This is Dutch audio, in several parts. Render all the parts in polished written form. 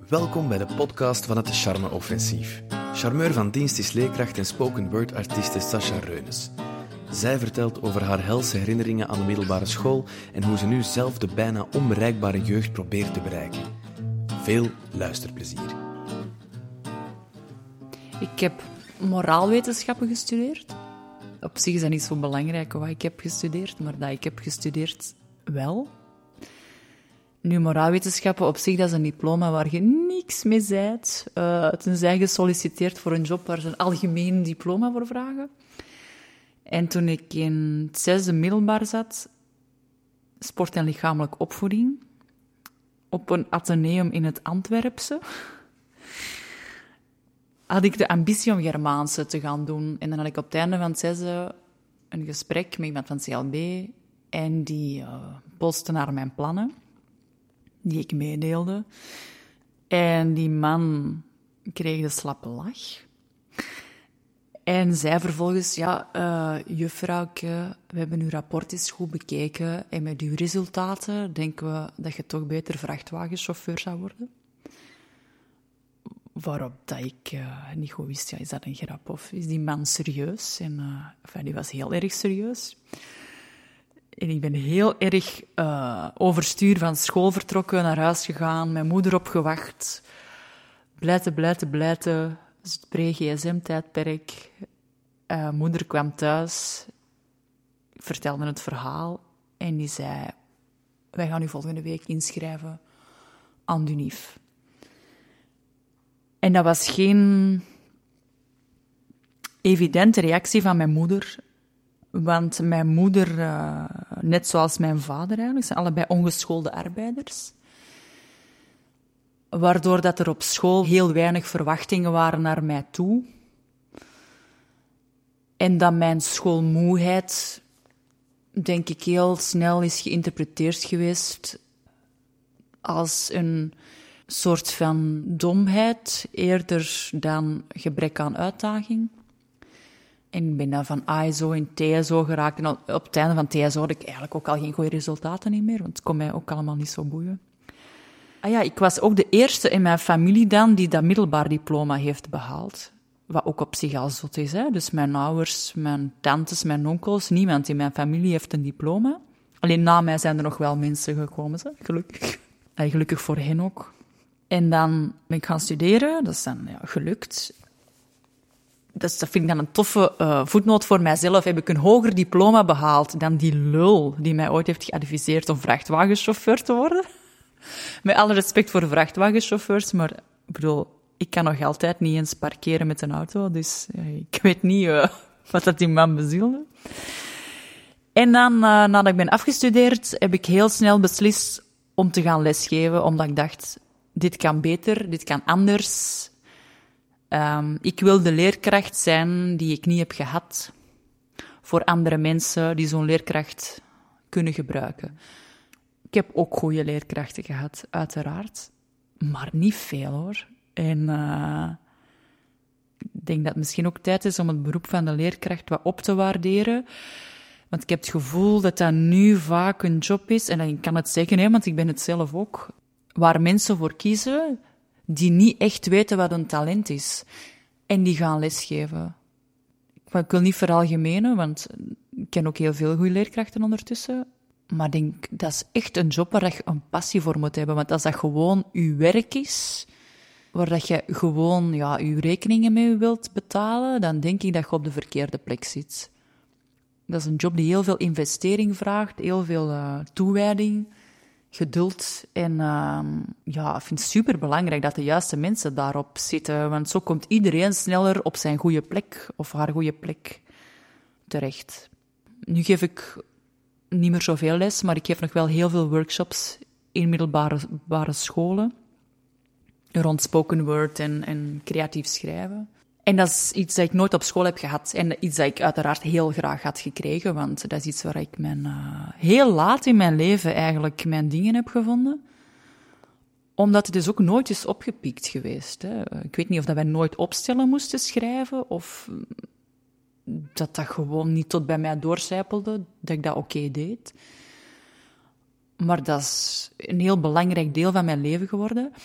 Welkom bij de podcast van het Charme Offensief. Charmeur van dienst is leerkracht en spoken word artieste Sacha Reunes. Zij vertelt over haar helse herinneringen aan de middelbare school en hoe ze nu zelf de bijna onbereikbare jeugd probeert te bereiken. Veel luisterplezier. Ik heb moraalwetenschappen gestudeerd. Op zich is dat niet zo belangrijk wat ik heb gestudeerd, maar dat ik heb gestudeerd wel. Nu, moraalwetenschappen op zich, dat is een diploma waar je niks mee zijt. Tenzij je solliciteert voor een job waar ze een algemeen diploma voor vragen. En toen ik in het 6e middelbaar zat, sport en lichamelijke opvoeding, op een ateneum in het Antwerpse, had ik de ambitie om Germaanse te gaan doen. En dan had ik op het einde van het 6e een gesprek met iemand van CLB en die postte naar mijn plannen, die ik meedeelde. En die man kreeg de slappe lach. En zei vervolgens, juffrouwke, we hebben uw rapport eens goed bekeken en met uw resultaten denken we dat je toch beter vrachtwagenchauffeur zou worden. Waarop dat ik niet goed wist, is dat een grap of is die man serieus? En die was heel erg serieus. En ik ben heel erg overstuur van school vertrokken, naar huis gegaan, mijn moeder opgewacht. Blijten. Dat is het pre-GSM-tijdperk. Moeder kwam thuis, ik vertelde het verhaal en die zei, wij gaan u volgende week inschrijven aan de UNIF. En dat was geen evidente reactie van mijn moeder, want mijn moeder, net zoals mijn vader eigenlijk, zijn allebei ongeschoolde arbeiders. Waardoor dat er op school heel weinig verwachtingen waren naar mij toe. En dat mijn schoolmoeheid, denk ik, heel snel is geïnterpreteerd geweest als een soort van domheid, eerder dan gebrek aan uitdaging. En ik ben dan van ASO en TSO geraakt. En op het einde van TSO had ik eigenlijk ook al geen goede resultaten meer, want het kon mij ook allemaal niet zo boeien. Ik was ook de eerste in mijn familie dan die dat middelbaar diploma heeft behaald. Wat ook op zich al zot is. Hè? Dus mijn ouders, mijn tantes, mijn onkels, niemand in mijn familie heeft een diploma. Alleen na mij zijn er nog wel mensen gekomen, gelukkig. Gelukkig voor hen ook. En dan ben ik gaan studeren, dat is dan gelukt. Dus dat vind ik dan een toffe voetnoot voor mijzelf. Heb ik een hoger diploma behaald dan die lul die mij ooit heeft geadviseerd om vrachtwagenchauffeur te worden? Met alle respect voor vrachtwagenchauffeurs, maar ik bedoel, ik kan nog altijd niet eens parkeren met een auto, dus ik weet niet wat dat die man bezielde. En dan, nadat ik ben afgestudeerd, heb ik heel snel beslist om te gaan lesgeven, omdat ik dacht, dit kan beter, dit kan anders. Ik wil de leerkracht zijn die ik niet heb gehad voor andere mensen die zo'n leerkracht kunnen gebruiken. Ik heb ook goede leerkrachten gehad, uiteraard. Maar niet veel, hoor. En ik denk dat het misschien ook tijd is om het beroep van de leerkracht wat op te waarderen. Want ik heb het gevoel dat dat nu vaak een job is, en ik kan het zeggen, hè, want ik ben het zelf ook, waar mensen voor kiezen die niet echt weten wat een talent is. En die gaan lesgeven. Ik wil niet veralgemenen, want ik ken ook heel veel goede leerkrachten ondertussen. Maar ik denk, dat is echt een job waar je een passie voor moet hebben. Want als dat gewoon je werk is, waar dat je gewoon je rekeningen mee wilt betalen, dan denk ik dat je op de verkeerde plek zit. Dat is een job die heel veel investering vraagt, heel veel toewijding, geduld. En ik vind het superbelangrijk dat de juiste mensen daarop zitten. Want zo komt iedereen sneller op zijn goede plek of haar goede plek terecht. Nu geef ik niet meer zoveel les, maar ik geef nog wel heel veel workshops in middelbare scholen rond spoken word en creatief schrijven. En dat is iets dat ik nooit op school heb gehad en iets dat ik uiteraard heel graag had gekregen, want dat is iets waar ik heel laat in mijn leven eigenlijk mijn dingen heb gevonden. Omdat het dus ook nooit is opgepikt geweest. Hè. Ik weet niet of dat wij nooit opstellen moesten schrijven of dat gewoon niet tot bij mij doorcijpelde, dat ik dat oké deed. Maar dat is een heel belangrijk deel van mijn leven geworden.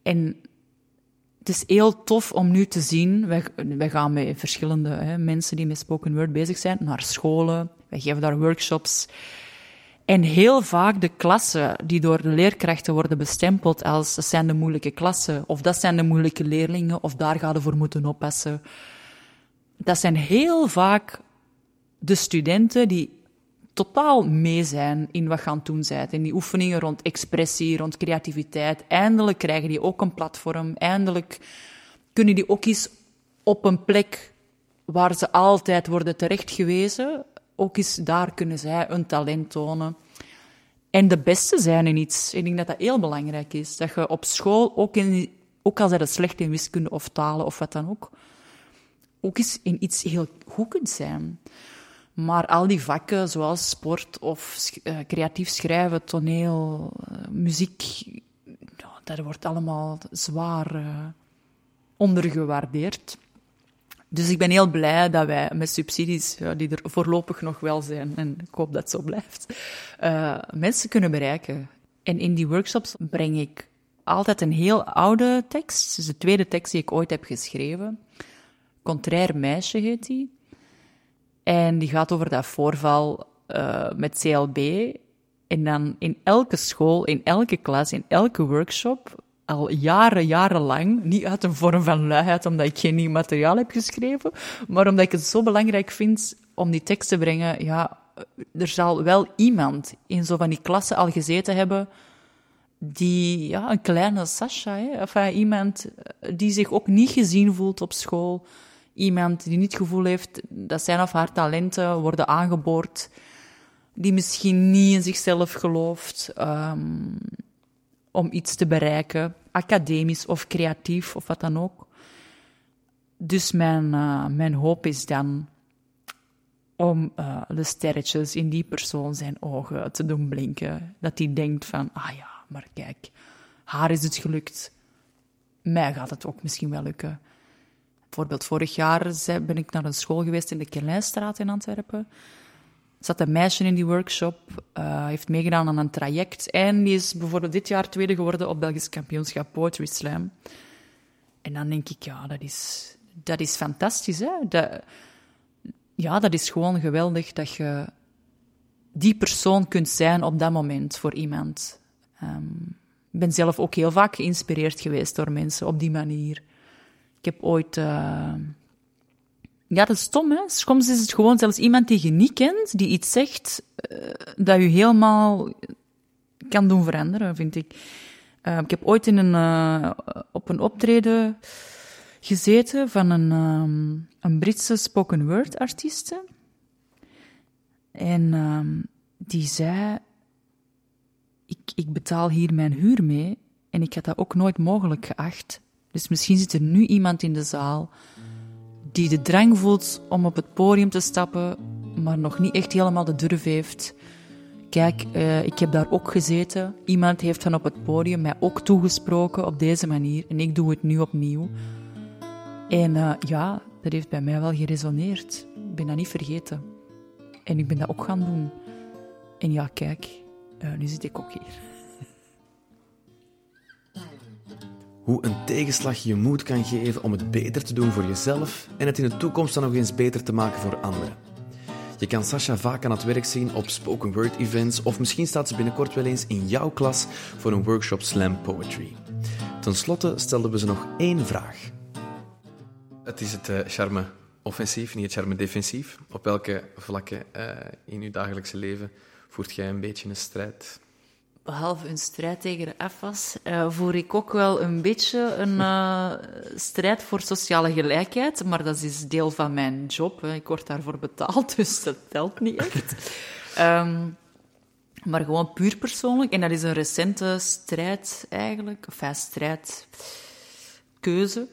En het is heel tof om nu te zien. Wij gaan met verschillende mensen die met spoken word bezig zijn naar scholen. Wij geven daar workshops. En heel vaak de klassen die door de leerkrachten worden bestempeld als dat zijn de moeilijke klassen, of dat zijn de moeilijke leerlingen, of daar gaan we voor moeten oppassen. Dat zijn heel vaak de studenten die totaal mee zijn in wat gaan doen zijn. In die oefeningen rond expressie, rond creativiteit. Eindelijk krijgen die ook een platform. Eindelijk kunnen die ook eens op een plek waar ze altijd worden terechtgewezen, ook eens daar kunnen zij een talent tonen. En de beste zijn in iets. Ik denk dat dat heel belangrijk is. Dat je op school, ook al zijn het slecht in wiskunde of talen of wat dan ook eens in iets heel goed kunt zijn. Maar al die vakken, zoals sport of creatief schrijven, toneel, muziek, dat wordt allemaal zwaar ondergewaardeerd. Dus ik ben heel blij dat wij met subsidies, die er voorlopig nog wel zijn, en ik hoop dat het zo blijft, mensen kunnen bereiken. En in die workshops breng ik altijd een heel oude tekst. Dus de tweede tekst die ik ooit heb geschreven. Contraire meisje heet die. En die gaat over dat voorval met CLB. En dan in elke school, in elke klas, in elke workshop, al jarenlang, niet uit een vorm van luiheid, omdat ik geen nieuw materiaal heb geschreven, maar omdat ik het zo belangrijk vind om die tekst te brengen. Ja, er zal wel iemand in zo van die klassen al gezeten hebben die, een kleine Sasha, of iemand die zich ook niet gezien voelt op school. Iemand die niet het gevoel heeft dat zijn of haar talenten worden aangeboord, die misschien niet in zichzelf gelooft om iets te bereiken, academisch of creatief of wat dan ook. Dus mijn hoop is dan om de sterretjes in die persoon zijn ogen te doen blinken. Dat hij denkt van, maar kijk, haar is het gelukt. Mij gaat het ook misschien wel lukken. Bijvoorbeeld vorig jaar ben ik naar een school geweest in de Kerlijnstraat in Antwerpen. Er zat een meisje in die workshop, heeft meegedaan aan een traject en die is bijvoorbeeld dit jaar tweede geworden op Belgisch kampioenschap Poetry Slam. En dan denk ik, dat is fantastisch, hè. Dat is gewoon geweldig dat je die persoon kunt zijn op dat moment voor iemand. Ik ben zelf ook heel vaak geïnspireerd geweest door mensen op die manier. Ik heb ooit... dat is stom, hè. Soms is het gewoon zelfs iemand die je niet kent, die iets zegt dat je helemaal kan doen veranderen, vind ik. Ik heb ooit op een optreden gezeten van een Britse spoken word artieste. En die zei, ik betaal hier mijn huur mee en ik had dat ook nooit mogelijk geacht. Dus misschien zit er nu iemand in de zaal die de drang voelt om op het podium te stappen, maar nog niet echt helemaal de durf heeft. Kijk, ik heb daar ook gezeten. Iemand heeft van op het podium mij ook toegesproken op deze manier en ik doe het nu opnieuw. En dat heeft bij mij wel geresoneerd. Ik ben dat niet vergeten. En ik ben dat ook gaan doen. En ja, kijk, nu zit ik ook hier. Hoe een tegenslag je moed kan geven om het beter te doen voor jezelf en het in de toekomst dan nog eens beter te maken voor anderen. Je kan Sasha vaak aan het werk zien op spoken word events of misschien staat ze binnenkort wel eens in jouw klas voor een workshop slam poetry. Ten slotte stelden we ze nog 1 vraag. Het is het charme offensief, niet het charme defensief. Op welke vlakken in je dagelijkse leven voert jij een beetje een strijd? Behalve een strijd tegen de afwas, voer ik ook wel een beetje een strijd voor sociale gelijkheid. Maar dat is deel van mijn job. Hè. Ik word daarvoor betaald, dus dat telt niet echt. Maar gewoon puur persoonlijk. En dat is een recente strijd eigenlijk. Of keuze.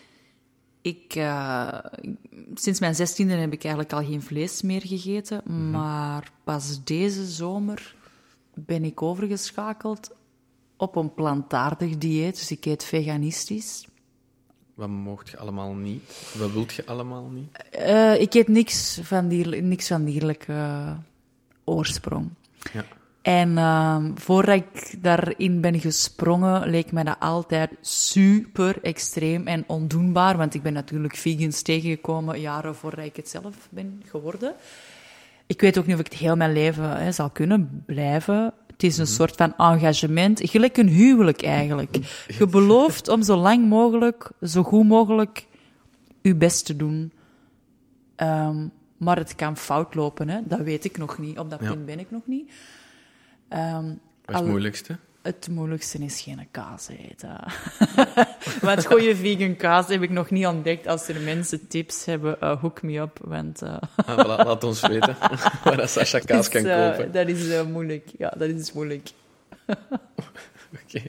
Sinds mijn 16e heb ik eigenlijk al geen vlees meer gegeten. Maar pas deze zomer ben ik overgeschakeld op een plantaardig dieet. Dus ik eet veganistisch. Wat moogt je allemaal niet? Wat wilt je allemaal niet? Ik eet niks van dierlijke oorsprong. Ja. En voordat ik daarin ben gesprongen, leek mij dat altijd super extreem en ondoenbaar. Want ik ben natuurlijk vegans tegengekomen jaren voordat ik het zelf ben geworden. Ik weet ook niet of ik het heel mijn leven zal kunnen blijven. Het is een soort van engagement. Gelijk een huwelijk eigenlijk. Je belooft om zo lang mogelijk, zo goed mogelijk, je best te doen. Maar het kan fout lopen, hè? Dat weet ik nog niet. Op dat punt ben ik nog niet. Wat is het moeilijkste? Het moeilijkste is geen kaas eten. Want goede vegan kaas heb ik nog niet ontdekt. Als er mensen tips hebben, hook me up. Want, Laat ons weten waar dat Sasha kaas kan kopen. Dat is moeilijk. Ja, dat is moeilijk. Oké.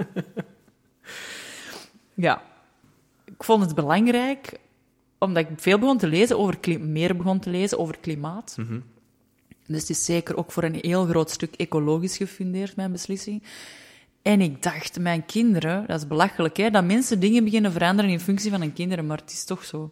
Ja. Ik vond het belangrijk, omdat ik veel begon te lezen meer begon te lezen over klimaat. Mm-hmm. Dus het is zeker ook voor een heel groot stuk ecologisch gefundeerd, mijn beslissing. En ik dacht, mijn kinderen, dat is belachelijk, hè, dat mensen dingen beginnen veranderen in functie van hun kinderen, maar het is toch zo.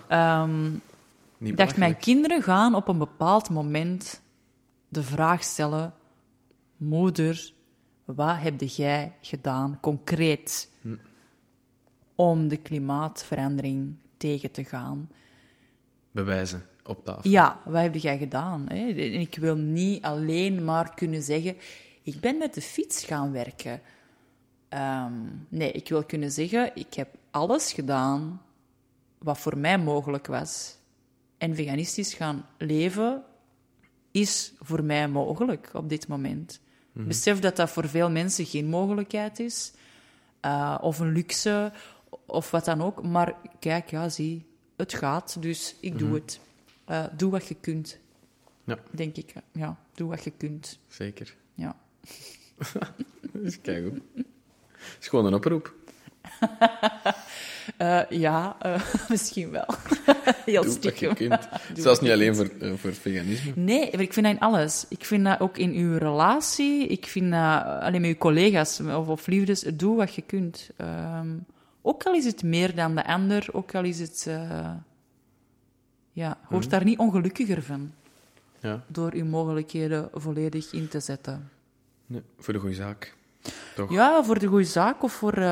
Ik dacht, mijn kinderen gaan op een bepaald moment de vraag stellen: moeder, wat heb jij gedaan, concreet, om de klimaatverandering tegen te gaan? Bewijzen. Op tafel. Ja, wat heb jij gedaan? Hè? En ik wil niet alleen maar kunnen zeggen, ik ben met de fiets gaan werken. Nee, ik wil kunnen zeggen, ik heb alles gedaan wat voor mij mogelijk was. En veganistisch gaan leven is voor mij mogelijk op dit moment. Mm-hmm. Besef dat dat voor veel mensen geen mogelijkheid is. Of een luxe, of wat dan ook. Maar kijk, ja, zie, het gaat, dus ik doe het. Doe wat je kunt. Ja. Denk ik. Ja, doe wat je kunt. Zeker. Ja. Kijk goed. Het is gewoon een oproep. Misschien wel. Heel doe stiekem. wat je kunt. Zelfs niet alleen voor veganisme. Nee, maar ik vind dat in alles. Ik vind dat ook in uw relatie. Ik vind dat alleen met uw collega's of liefdes. Doe wat je kunt. Ook al is het meer dan de ander, ook al is het... hoort daar niet ongelukkiger van. Ja. Door uw mogelijkheden volledig in te zetten. Nee, voor de goede zaak. Toch? Ja, voor de goede zaak of voor...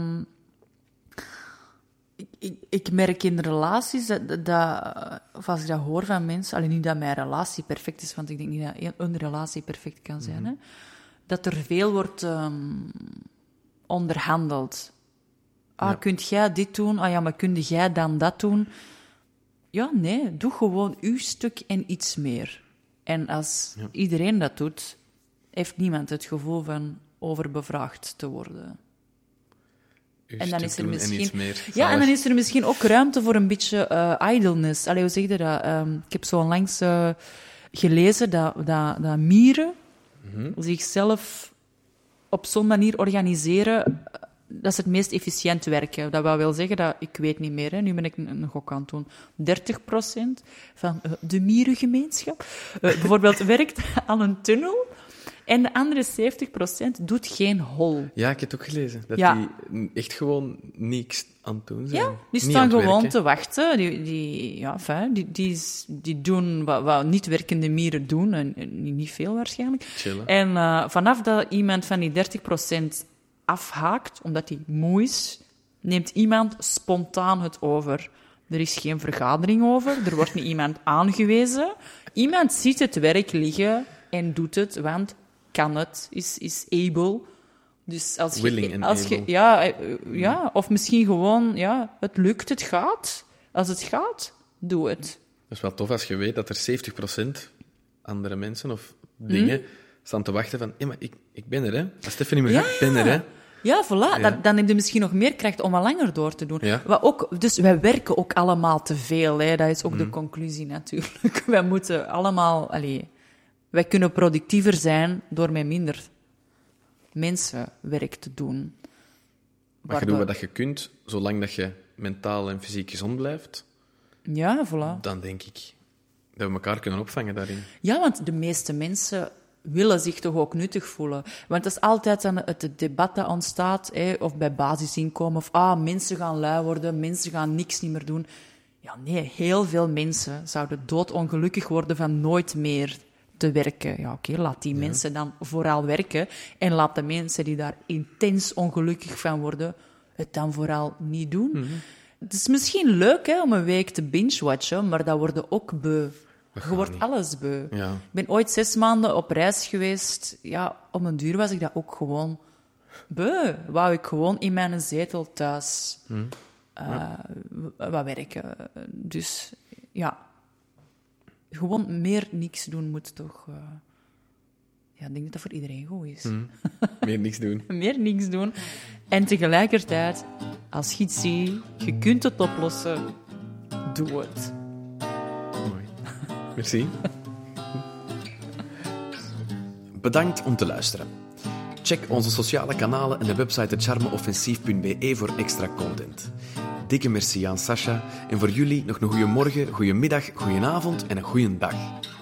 Ik merk in relaties of als ik dat hoor van mensen, alleen niet dat mijn relatie perfect is, want ik denk niet dat een relatie perfect kan zijn, hè, dat er veel wordt onderhandeld. Kunt jij dit doen? Maar kun jij dan dat doen? Ja, nee, doe gewoon uw stuk en iets meer. En als iedereen dat doet, heeft niemand het gevoel van overbevraagd te worden. En dan is er misschien... en dan is er misschien ook ruimte voor een beetje idleness. Allee, hoe zeg je dat? Ik heb zo onlangs gelezen dat mieren zichzelf op zo'n manier organiseren... Dat is het meest efficiënt werken. Dat wil zeggen dat... Ik weet niet meer, hè, nu ben ik een gok aan het doen. 30% van de mierengemeenschap bijvoorbeeld werkt aan een tunnel... En de andere 70% doet geen hol. Ja, ik heb het ook gelezen. Dat die echt gewoon niks aan het doen zijn. Ja, die staan gewoon te wachten. Die doen wat niet werkende mieren doen. En niet veel waarschijnlijk. Chillen. En vanaf dat iemand van die 30% afhaakt, omdat hij moe is, neemt iemand spontaan het over. Er is geen vergadering over. Er wordt niet iemand aangewezen. Iemand ziet het werk liggen en doet het, want... kan het, is able. Dus als willing je, of misschien gewoon, het lukt, het gaat. Als het gaat, doe het. Dat is wel tof als je weet dat er 70% andere mensen of dingen staan te wachten van, maar ik ben er, hè. Als Stefan niet meer gaat, ik ben er, hè. Ja, voilà. Ja. Dan heb je misschien nog meer kracht om wat langer door te doen. Ja. Dus wij werken ook allemaal te veel, hè. Dat is ook de conclusie, natuurlijk. Wij moeten allemaal... wij kunnen productiever zijn door met minder mensenwerk te doen. Maar je doet wat je kunt, zolang dat je mentaal en fysiek gezond blijft. Ja, voilà. Dan denk ik dat we elkaar kunnen opvangen daarin. Ja, want de meeste mensen willen zich toch ook nuttig voelen. Want dat is altijd dan het debat dat ontstaat, of bij basisinkomen, of mensen gaan lui worden, mensen gaan niks niet meer doen. Ja, nee, heel veel mensen zouden doodongelukkig worden van nooit meer te werken. Ja, oké, laat die mensen dan vooral werken. En laat de mensen die daar intens ongelukkig van worden, het dan vooral niet doen. Mm-hmm. Het is misschien leuk hè, om een week te binge-watchen, maar dat worden ook beu. Je wordt alles beu. Ja. Ik ben ooit 6 maanden op reis geweest. Ja, om een duur was ik dat ook gewoon beu. Wou ik gewoon in mijn zetel thuis wat werken. Dus ja, gewoon meer niks doen moet toch... Ja, ik denk dat dat voor iedereen goed is. Meer niks doen. Meer niks doen. En tegelijkertijd, als je iets ziet, je kunt het oplossen, doe het. Mooi. Merci. Bedankt om te luisteren. Check onze sociale kanalen en de website charmeoffensief.be voor extra content. Dikke merci aan Sascha en voor jullie nog een goede morgen, goede middag, goede avond en een goede dag.